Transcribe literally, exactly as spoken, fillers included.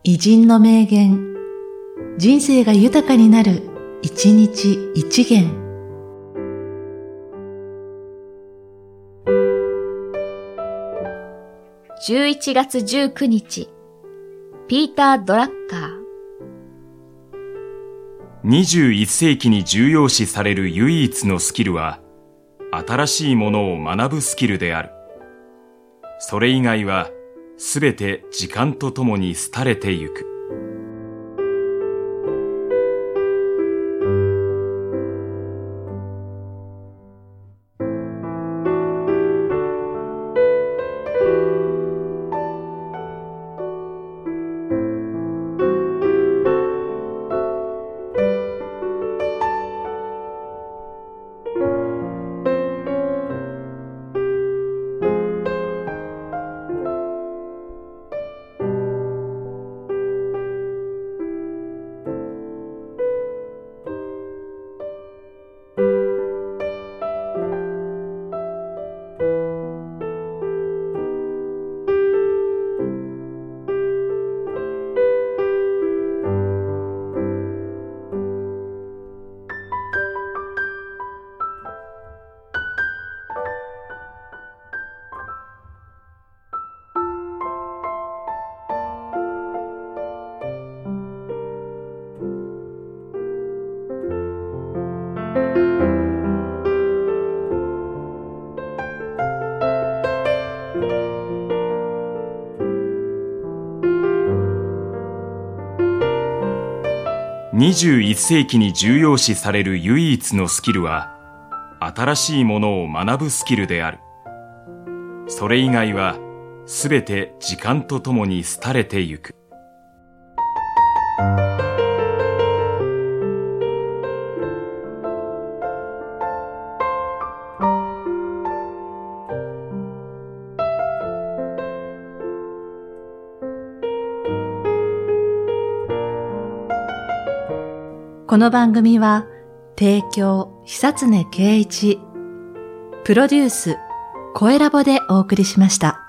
偉人の名言、人生が豊かになる、一日一元。 じゅういちがつじゅうくにち、ピーター・ドラッカー。 にじゅういっせいきに重要視される唯一のスキルは、新しいものを学ぶスキルである。それ以外は、すべて時間とともに廃れてゆく。にじゅういっせいきに重要視される唯一のスキルは、新しいものを学ぶスキルである。それ以外は、すべて時間とともに廃れてゆく。 この番組は、提供、久常圭一、プロデュース、声ラボでお送りしました。